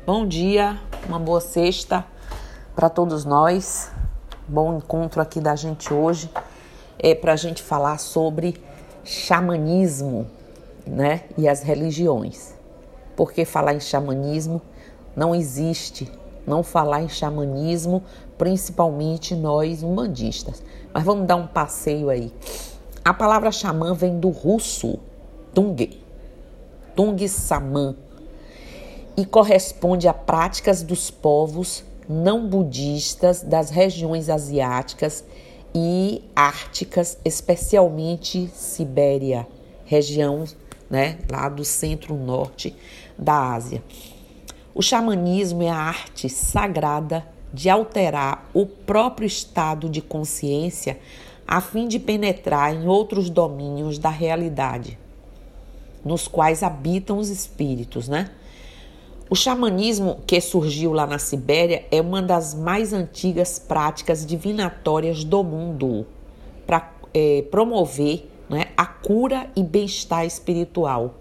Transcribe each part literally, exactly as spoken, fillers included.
Bom dia, uma boa sexta para todos nós. Bom encontro aqui da gente hoje é para a gente falar sobre xamanismo, né? E as religiões. Porque falar em xamanismo não existe, não falar em xamanismo, principalmente nós umbandistas. Mas vamos dar um passeio aí. A palavra xamã vem do russo tung, tung saman, e corresponde a práticas dos povos não budistas das regiões asiáticas e árticas, especialmente Sibéria, região, né, lá do centro-norte da Ásia. O xamanismo é a arte sagrada de alterar o próprio estado de consciência a fim de penetrar em outros domínios da realidade, nos quais habitam os espíritos, né? O xamanismo que surgiu lá na Sibéria é uma das mais antigas práticas divinatórias do mundo para é, promover, né, a cura e bem-estar espiritual.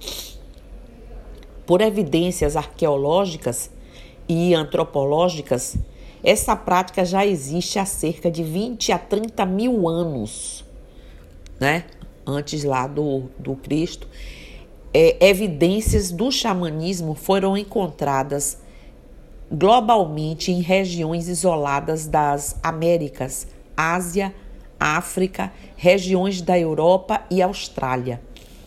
Por evidências arqueológicas e antropológicas, essa prática já existe há cerca de vinte a trinta mil anos, né? Antes lá do, do Cristo. É, evidências do xamanismo foram encontradas globalmente em regiões isoladas das Américas, Ásia, África, regiões da Europa e Austrália.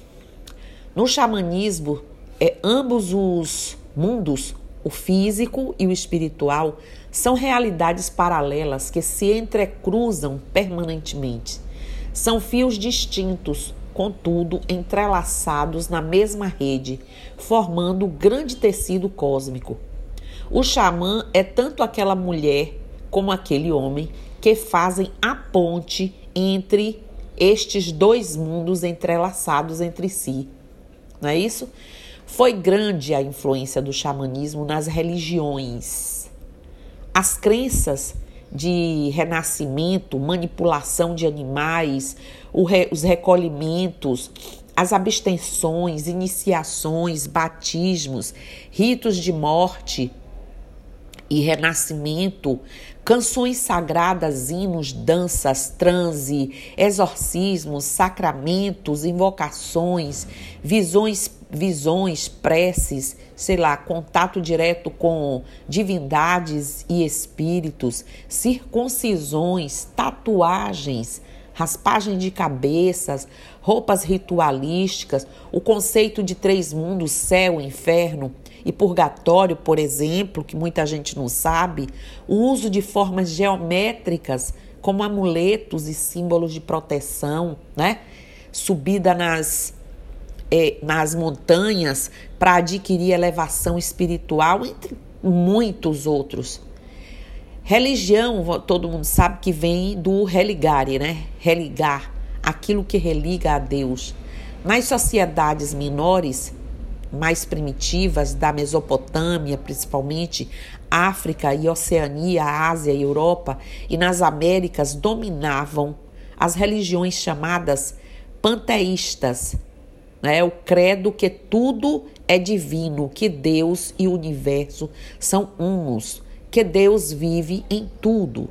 No xamanismo, é, ambos os mundos, o físico e o espiritual, são realidades paralelas que se entrecruzam permanentemente. São fios distintos, contudo, entrelaçados na mesma rede, formando um grande tecido cósmico. O xamã é tanto aquela mulher como aquele homem que fazem a ponte entre estes dois mundos entrelaçados entre si. Não é isso? Foi grande a influência do xamanismo nas religiões. As crenças de renascimento, manipulação de animais, re, os recolhimentos, as abstenções, iniciações, batismos, ritos de morte e renascimento, canções sagradas, hinos, danças, transe, exorcismos, sacramentos, invocações, visões, visões, preces, sei lá, contato direto com divindades e espíritos, circuncisões, tatuagens, raspagem de cabeças, roupas ritualísticas, o conceito de três mundos, céu, inferno e purgatório, por exemplo, que muita gente não sabe, o uso de formas geométricas como amuletos e símbolos de proteção, né? Subida nas, eh, nas montanhas para adquirir elevação espiritual, entre muitos outros. Religião, todo mundo sabe que vem do religare, né? Religar, aquilo que religa a Deus. Nas sociedades menores, mais primitivas, da Mesopotâmia, principalmente, África e Oceania, Ásia e Europa, e nas Américas dominavam as religiões chamadas panteístas, né? O credo que tudo é divino, que Deus e o universo são unos, que Deus vive em tudo.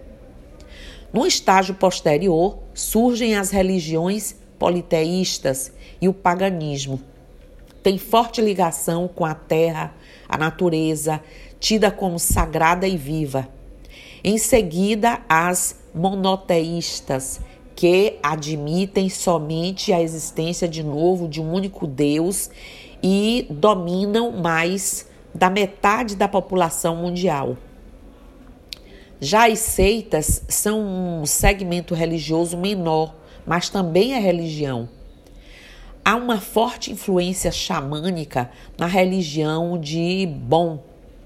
No estágio posterior, surgem as religiões politeístas e o paganismo. Tem forte ligação com a terra, a natureza, tida como sagrada e viva. Em seguida, as monoteístas, que admitem somente a existência de novo de um único Deus e dominam mais da metade da população mundial. Já as seitas são um segmento religioso menor, mas também é religião. Há uma forte influência xamânica na religião de Bon,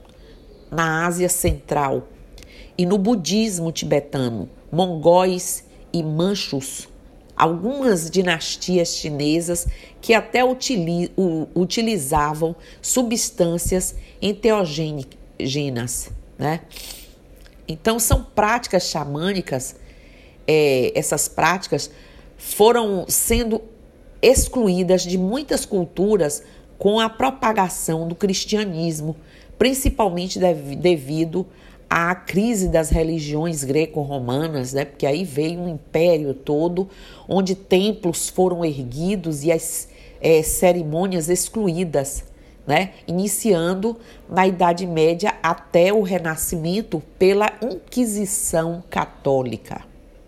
na Ásia Central, e no budismo tibetano, mongóis e manchus, algumas dinastias chinesas que até utili- u- utilizavam substâncias enteogênicas, né? Então, são práticas xamânicas, é, essas práticas foram sendo excluídas de muitas culturas com a propagação do cristianismo, principalmente devido à crise das religiões greco-romanas, né? Porque aí veio um império todo, onde templos foram erguidos e as é, cerimônias excluídas, né? Iniciando na Idade Média até o Renascimento pela Inquisição Católica.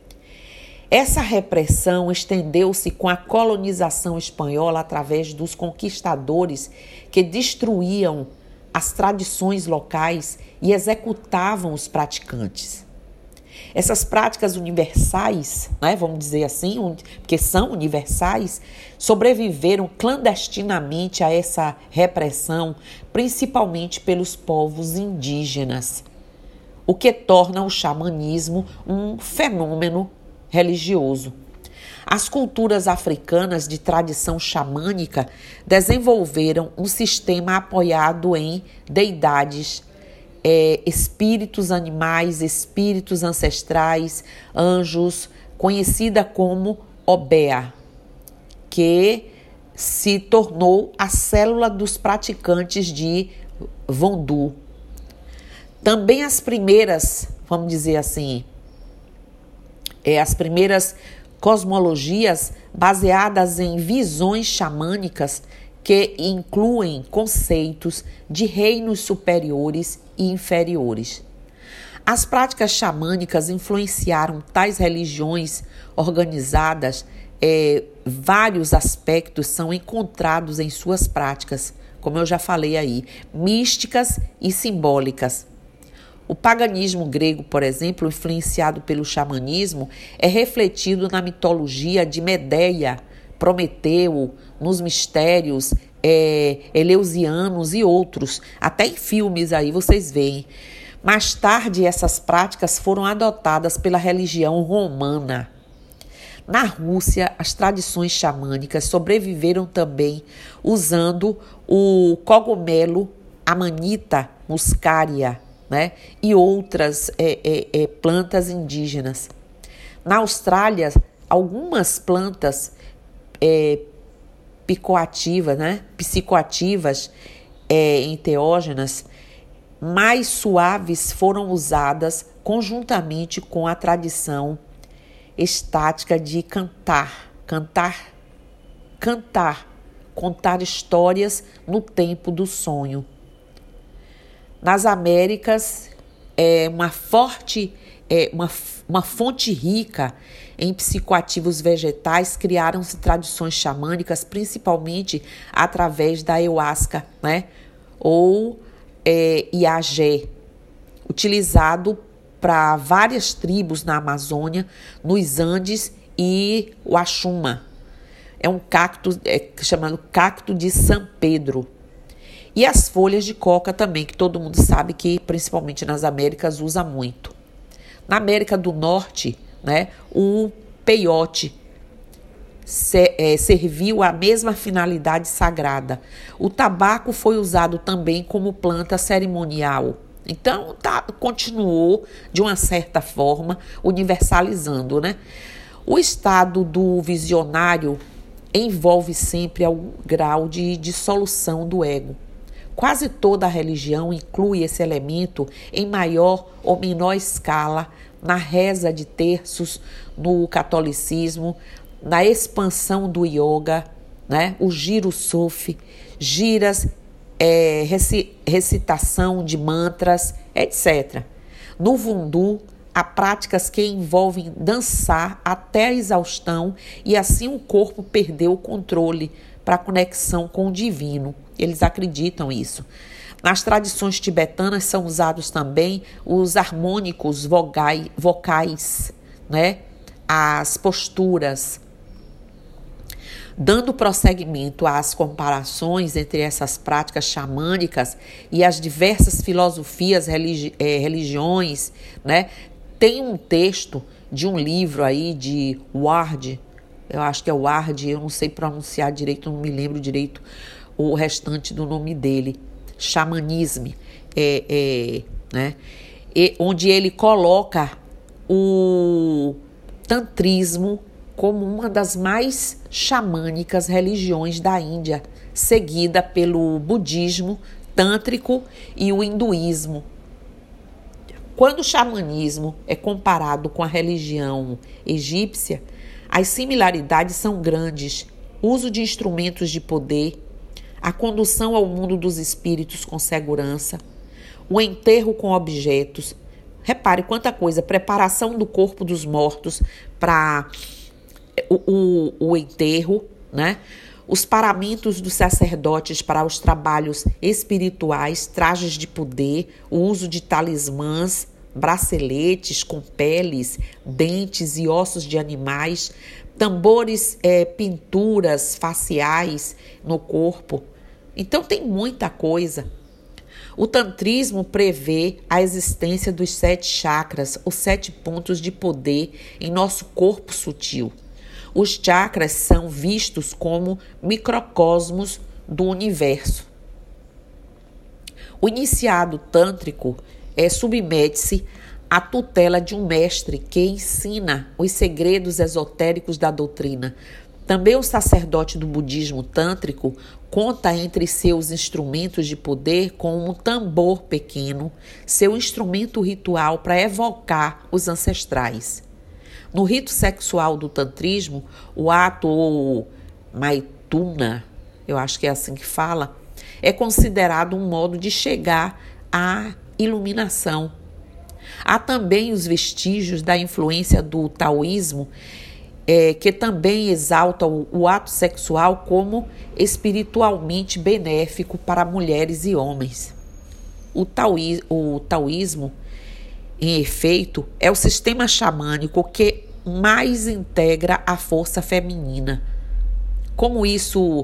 Essa repressão estendeu-se com a colonização espanhola através dos conquistadores que destruíam as tradições locais e executavam os praticantes. Essas práticas universais, né, vamos dizer assim, porque são universais, sobreviveram clandestinamente a essa repressão, principalmente pelos povos indígenas, o que torna o xamanismo um fenômeno religioso. As culturas africanas de tradição xamânica desenvolveram um sistema apoiado em deidades, é, espíritos animais, espíritos ancestrais, anjos, conhecida como Obea, que se tornou a célula dos praticantes de Voodoo. Também as primeiras, vamos dizer assim, é, as primeiras cosmologias baseadas em visões xamânicas que incluem conceitos de reinos superiores e inferiores. As práticas xamânicas influenciaram tais religiões organizadas. É, vários aspectos são encontrados em suas práticas, como eu já falei aí, místicas e simbólicas. O paganismo grego, por exemplo, influenciado pelo xamanismo, é refletido na mitologia de Medeia, Prometeu, nos mistérios é, eleusianos e outros, até em filmes aí vocês veem. Mais tarde, essas práticas foram adotadas pela religião romana. Na Rússia, as tradições xamânicas sobreviveram também usando o cogumelo Amanita muscaria, né, e outras é, é, é, plantas indígenas. Na Austrália, algumas plantas é, picoativas, né, psicoativas, é, enteógenas, mais suaves foram usadas conjuntamente com a tradição estática de cantar, cantar, cantar, contar histórias no tempo do sonho. Nas Américas, é uma forte, é, uma, uma fonte rica em psicoativos vegetais, criaram-se tradições xamânicas, principalmente através da ayahuasca, né? Ou é, iagé, utilizado para várias tribos na Amazônia, nos Andes e o Axuma. É um cacto é, chamado cacto de São Pedro. E as folhas de coca também, que todo mundo sabe que, principalmente nas Américas, usa muito. Na América do Norte, né, o peiote se, é, serviu a mesma finalidade sagrada. O tabaco foi usado também como planta cerimonial. Então, tá, continuou, de uma certa forma, universalizando, né? O estado do visionário envolve sempre algum grau de dissolução do ego. Quase toda a religião inclui esse elemento em maior ou menor escala na reza de terços, no catolicismo, na expansão do yoga, né? O giro sufi, giras, é, recitação de mantras, etcétera. No voodoo, há práticas que envolvem dançar até a exaustão e assim o corpo perdeu o controle para a conexão com o divino. Eles acreditam isso. Nas tradições tibetanas são usados também os harmônicos vogai, vocais, né? As posturas. Dando prosseguimento às comparações entre essas práticas xamânicas e as diversas filosofias, religi- eh, religiões, né? Tem um texto de um livro aí de Ward, eu acho que é Ward, eu não sei pronunciar direito, não me lembro direito o restante do nome dele, Xamanismo, é, é, né? E, onde ele coloca o tantrismo como uma das mais xamânicas religiões da Índia, seguida pelo budismo, tântrico e o hinduísmo. Quando o xamanismo é comparado com a religião egípcia, as similaridades são grandes. O uso de instrumentos de poder, a condução ao mundo dos espíritos com segurança, o enterro com objetos. Repare quanta coisa, preparação do corpo dos mortos para o, o, o enterro, né? Os paramentos dos sacerdotes para os trabalhos espirituais, trajes de poder, o uso de talismãs, braceletes com peles, dentes e ossos de animais, tambores, é, pinturas faciais no corpo. Então tem muita coisa. O tantrismo prevê a existência dos sete chakras, os sete pontos de poder em nosso corpo sutil. Os chakras são vistos como microcosmos do universo. O iniciado tântrico é, submete-se à tutela de um mestre que ensina os segredos esotéricos da doutrina. Também o sacerdote do budismo tântrico conta entre seus instrumentos de poder com um tambor pequeno, seu instrumento ritual para evocar os ancestrais. No rito sexual do tantrismo, o ato ou maituna, eu acho que é assim que fala, é considerado um modo de chegar à iluminação. Há também os vestígios da influência do taoísmo, é, que também exalta o, o ato sexual como espiritualmente benéfico para mulheres e homens. O, taoí, o taoísmo, em efeito, é o sistema xamânico que mais integra a força feminina. Como isso,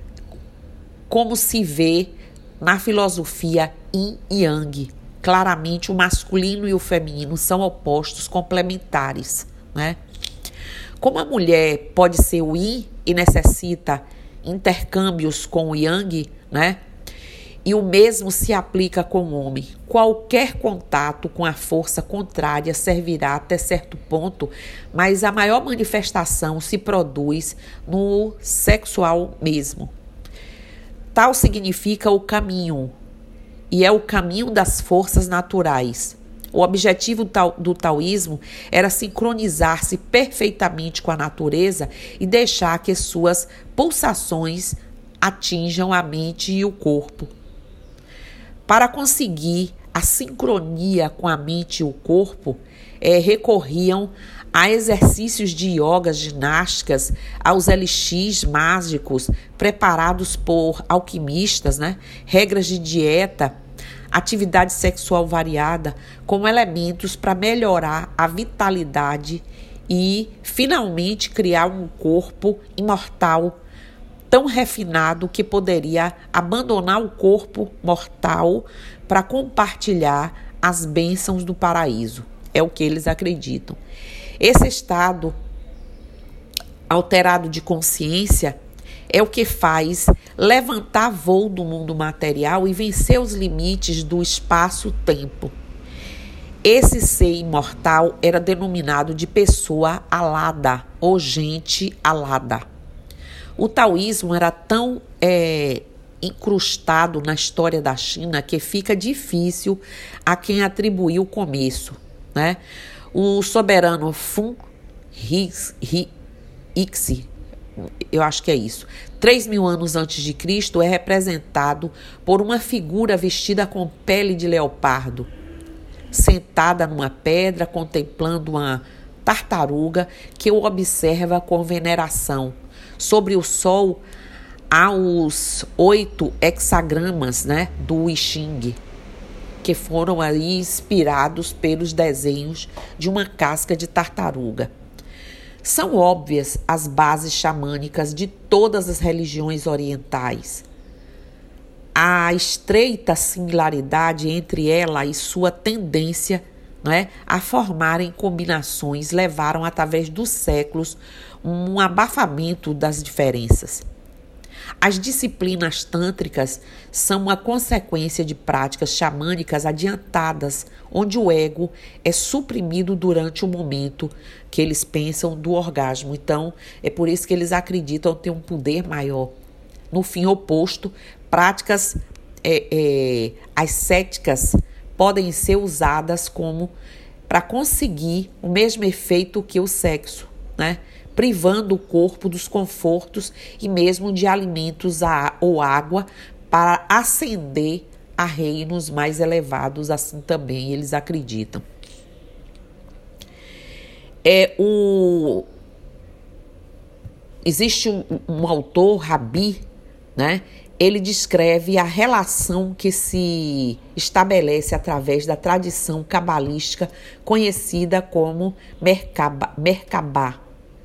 como se vê na filosofia Yin e Yang. Claramente, o masculino e o feminino são opostos complementares, né? Como a mulher pode ser o Yin e necessita intercâmbios com o Yang, né? E o mesmo se aplica com o homem. Qualquer contato com a força contrária servirá até certo ponto, mas a maior manifestação se produz no sexual mesmo. Tal significa o caminho, e é o caminho das forças naturais. O objetivo do taoísmo era sincronizar-se perfeitamente com a natureza e deixar que suas pulsações atinjam a mente e o corpo. Para conseguir a sincronia com a mente e o corpo, é, recorriam a exercícios de yoga, ginásticas, aos elixires mágicos preparados por alquimistas, né? Regras de dieta, atividade sexual variada, como elementos para melhorar a vitalidade e, finalmente, criar um corpo imortal tão refinado que poderia abandonar o corpo mortal para compartilhar as bênçãos do paraíso. É o que eles acreditam. Esse estado alterado de consciência é o que faz levantar voo do mundo material e vencer os limites do espaço-tempo. Esse ser imortal era denominado de pessoa alada ou gente alada. O taoísmo era tão é, incrustado na história da China que fica difícil a quem atribuir o começo, né? O soberano Feng Hixi, eu acho que é isso, três mil anos antes de Cristo, é representado por uma figura vestida com pele de leopardo, sentada numa pedra, contemplando uma tartaruga que o observa com veneração. Sobre o sol há os oito hexagramas, né, do I Ching, que foram aí inspirados pelos desenhos de uma casca de tartaruga. São óbvias as bases xamânicas de todas as religiões orientais. A estreita similaridade entre ela e sua tendência, né, a formarem combinações levaram, através dos séculos, um abafamento das diferenças. As disciplinas tântricas são uma consequência de práticas xamânicas adiantadas, onde o ego é suprimido durante o momento que eles pensam do orgasmo. Então, é por isso que eles acreditam ter um poder maior. No fim oposto, práticas é, é, as céticas podem ser usadas como para conseguir o mesmo efeito que o sexo, né? Privando o corpo dos confortos e mesmo de alimentos ou água para ascender a reinos mais elevados, assim também eles acreditam. É, o... Existe um, um autor, Rabi, né? Ele descreve a relação que se estabelece através da tradição cabalística conhecida como Merkabah. Merkabah.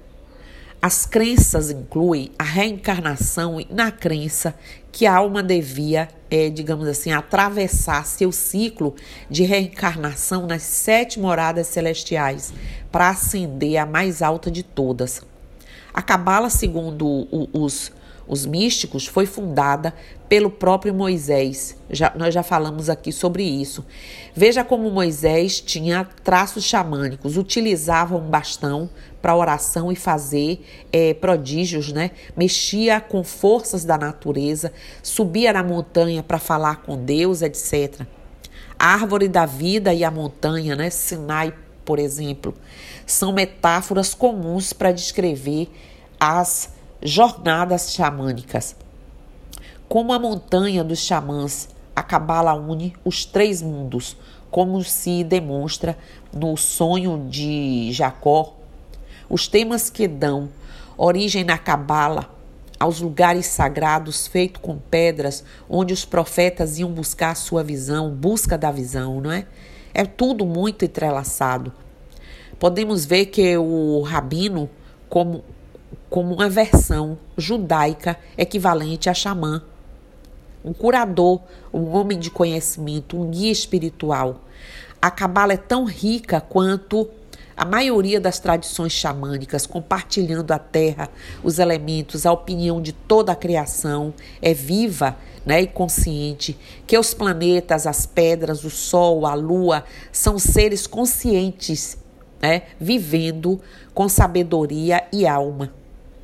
As crenças incluem a reencarnação e na crença que a alma devia, é, digamos assim, atravessar seu ciclo de reencarnação nas sete moradas celestiais para ascender a mais alta de todas. A Cabala, segundo o, os Os místicos, foi fundada pelo próprio Moisés. Já, nós já falamos aqui sobre isso. Veja como Moisés tinha traços xamânicos, utilizava um bastão para oração e fazer é, prodígios, né? Mexia com forças da natureza, subia na montanha para falar com Deus, etcétera. A árvore da vida e a montanha, né? Sinai, por exemplo, são metáforas comuns para descrever as jornadas xamânicas. Como a montanha dos xamãs, a Cabala une os três mundos, como se demonstra no sonho de Jacó. Os temas que dão origem na Cabala aos lugares sagrados feitos com pedras, onde os profetas iam buscar a sua visão, busca da visão, não é? É tudo muito entrelaçado. Podemos ver que o rabino, como como uma versão judaica equivalente a xamã, um curador, um homem de conhecimento, um guia espiritual. A Cabala é tão rica quanto a maioria das tradições xamânicas, compartilhando a terra, os elementos, a opinião de toda a criação, é viva, né, e consciente, que os planetas, as pedras, o sol, a lua, são seres conscientes, né, vivendo com sabedoria e alma.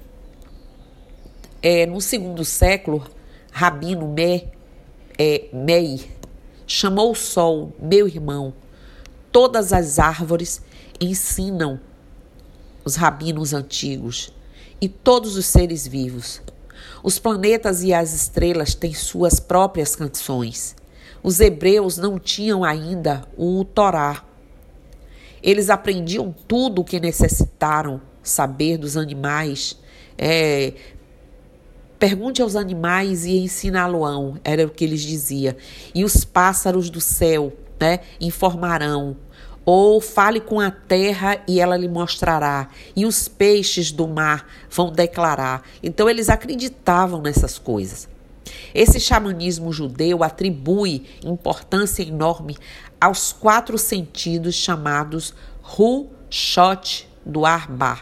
É, no segundo século, Rabino Me, é, Meir chamou o sol, meu irmão. Todas as árvores ensinam os rabinos antigos e todos os seres vivos. Os planetas e as estrelas têm suas próprias canções. Os hebreus não tinham ainda o Torá. Eles aprendiam tudo o que necessitaram saber dos animais. É, Pergunte aos animais e ensiná-lo-ão, era o que eles diziam. E os pássaros do céu, né, informarão. Ou fale com a terra e ela lhe mostrará. E os peixes do mar vão declarar. Então eles acreditavam nessas coisas. Esse xamanismo judeu atribui importância enorme aos quatro sentidos chamados Hu, Shot, do Arba,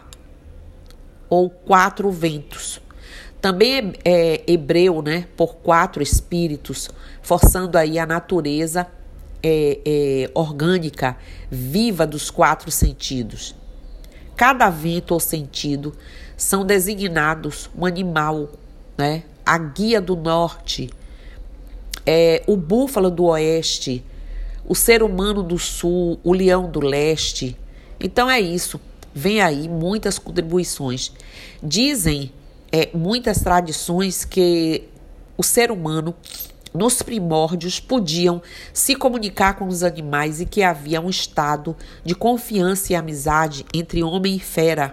ou quatro ventos. Também é, é hebreu, né, por quatro espíritos, forçando aí a natureza é, é, orgânica, viva dos quatro sentidos. Cada vento ou sentido são designados um animal, né, a guia do norte, é, o búfalo do oeste, o ser humano do sul, o leão do leste. Então é isso, vem aí muitas contribuições. Dizem É, muitas tradições que o ser humano, nos primórdios, podiam se comunicar com os animais e que havia um estado de confiança e amizade entre homem e fera.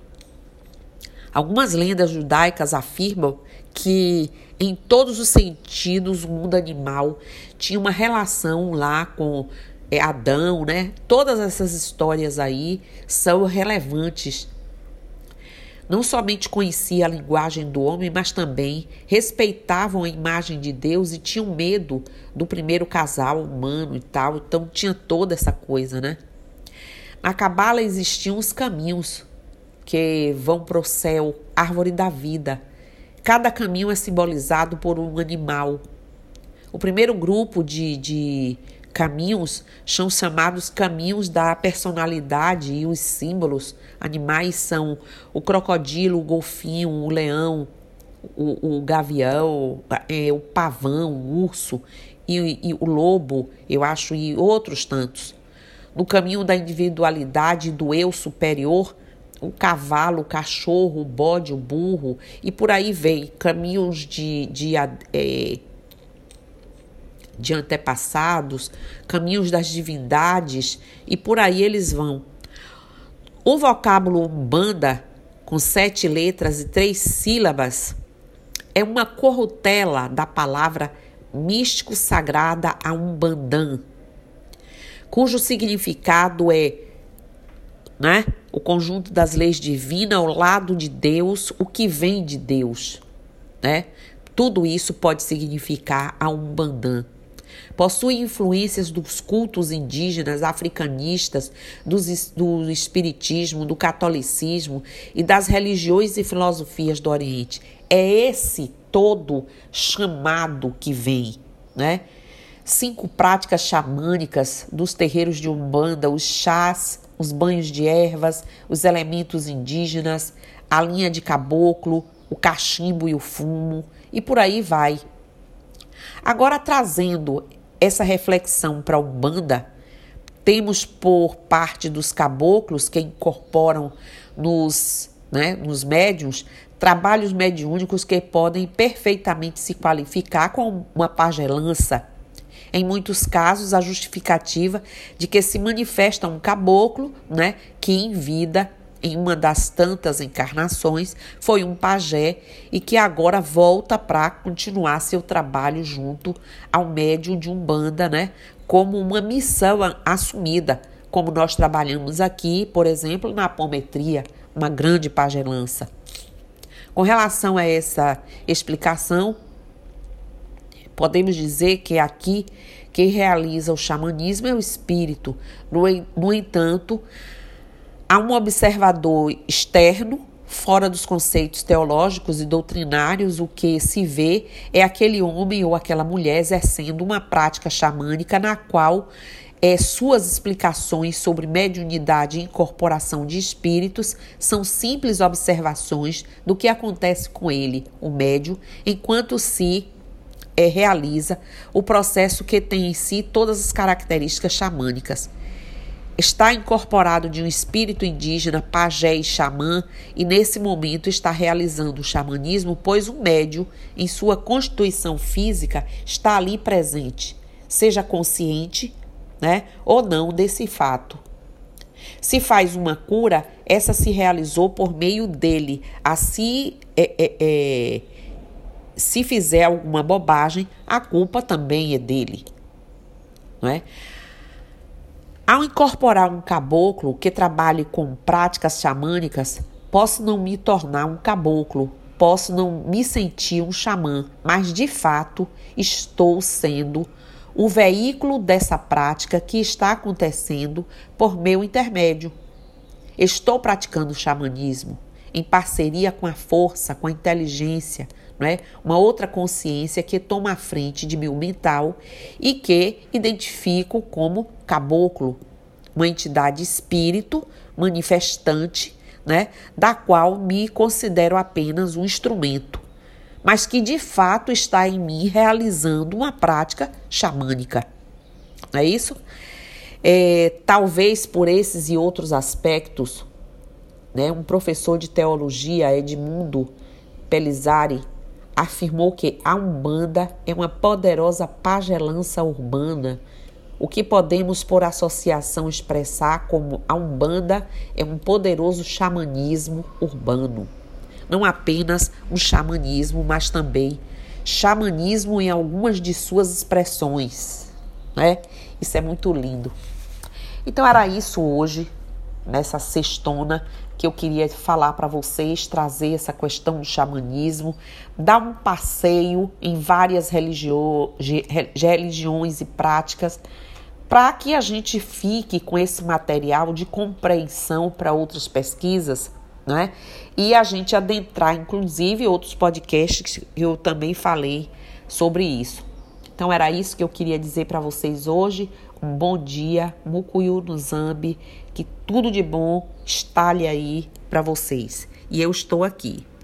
Algumas lendas judaicas afirmam que em todos os sentidos o mundo animal tinha uma relação lá com é, Adão, né? Todas essas histórias aí são relevantes. Não somente conhecia a linguagem do homem, mas também respeitavam a imagem de Deus e tinham medo do primeiro casal humano e tal. Então tinha toda essa coisa, né? Na Cabala existiam os caminhos que vão para o céu, árvore da vida. Cada caminho é simbolizado por um animal. O primeiro grupo de, de caminhos são chamados caminhos da personalidade e os símbolos animais são o crocodilo, o golfinho, o leão, o, o gavião, é, o pavão, o urso e, e o lobo, eu acho, e outros tantos. No caminho da individualidade e do eu superior, o cavalo, o cachorro, o bode, o burro, e por aí vem, caminhos de, de, é, de antepassados, caminhos das divindades, e por aí eles vão. O vocábulo Umbanda, com sete letras e três sílabas, é uma corrutela da palavra místico-sagrada a Umbandã, cujo significado é, né, o conjunto das leis divinas ao lado de Deus, o que vem de Deus, né? Tudo isso pode significar a Umbandã. Possui influências dos cultos indígenas, africanistas, dos, do espiritismo, do catolicismo e das religiões e filosofias do Oriente. É esse todo chamado que vem, né? Cinco práticas xamânicas dos terreiros de Umbanda, os chás, os banhos de ervas, os elementos indígenas, a linha de caboclo, o cachimbo e o fumo, e por aí vai. Agora, trazendo essa reflexão para a Umbanda, temos por parte dos caboclos que incorporam nos, né, nos médiuns trabalhos mediúnicos que podem perfeitamente se qualificar com uma pagelança. Em muitos casos, a justificativa de que se manifesta um caboclo, né, que em vida, em uma das tantas encarnações, foi um pajé e que agora volta para continuar seu trabalho junto ao médium de Umbanda, né, como uma missão assumida, como nós trabalhamos aqui, por exemplo, na apometria, uma grande pagelança. Com relação a essa explicação, podemos dizer que aqui quem realiza o xamanismo é o espírito. No, no entanto, há um observador externo, fora dos conceitos teológicos e doutrinários, o que se vê é aquele homem ou aquela mulher exercendo uma prática xamânica na qual é, suas explicações sobre mediunidade e incorporação de espíritos são simples observações do que acontece com ele, o médium, enquanto se é, realiza o processo que tem em si todas as características xamânicas. Está incorporado de um espírito indígena, pajé e xamã, e nesse momento está realizando o xamanismo, pois o médium, em sua constituição física, está ali presente, seja consciente, né, ou não desse fato. Se faz uma cura, essa se realizou por meio dele. Assim, é, é, é, se fizer alguma bobagem, a culpa também é dele, não é? Ao incorporar um caboclo que trabalhe com práticas xamânicas, posso não me tornar um caboclo, posso não me sentir um xamã, mas de fato estou sendo o veículo dessa prática que está acontecendo por meu intermédio. Estou praticando o xamanismo em parceria com a força, com a inteligência, não é? Uma outra consciência que toma a frente de meu mental e que identifico como caboclo, uma entidade espírito manifestante, né? Da qual me considero apenas um instrumento, mas que de fato está em mim realizando uma prática xamânica. Não é isso? É, talvez por esses e outros aspectos, né, um professor de teologia, Edmundo Pelizari, afirmou que a Umbanda é uma poderosa pagelança urbana, o que podemos por associação expressar como a Umbanda é um poderoso xamanismo urbano. Não apenas um xamanismo, mas também xamanismo em algumas de suas expressões, né? Isso é muito lindo. Então era isso hoje, nessa sextona, que eu queria falar para vocês, trazer essa questão do xamanismo, dar um passeio em várias religio- religiões e práticas, para que a gente fique com esse material de compreensão para outras pesquisas, né? E a gente adentrar, inclusive, outros podcasts que eu também falei sobre isso. Então, era isso que eu queria dizer para vocês hoje. Um bom dia, Mucuyu no Zambi, que tudo de bom estale aí para vocês. E eu estou aqui.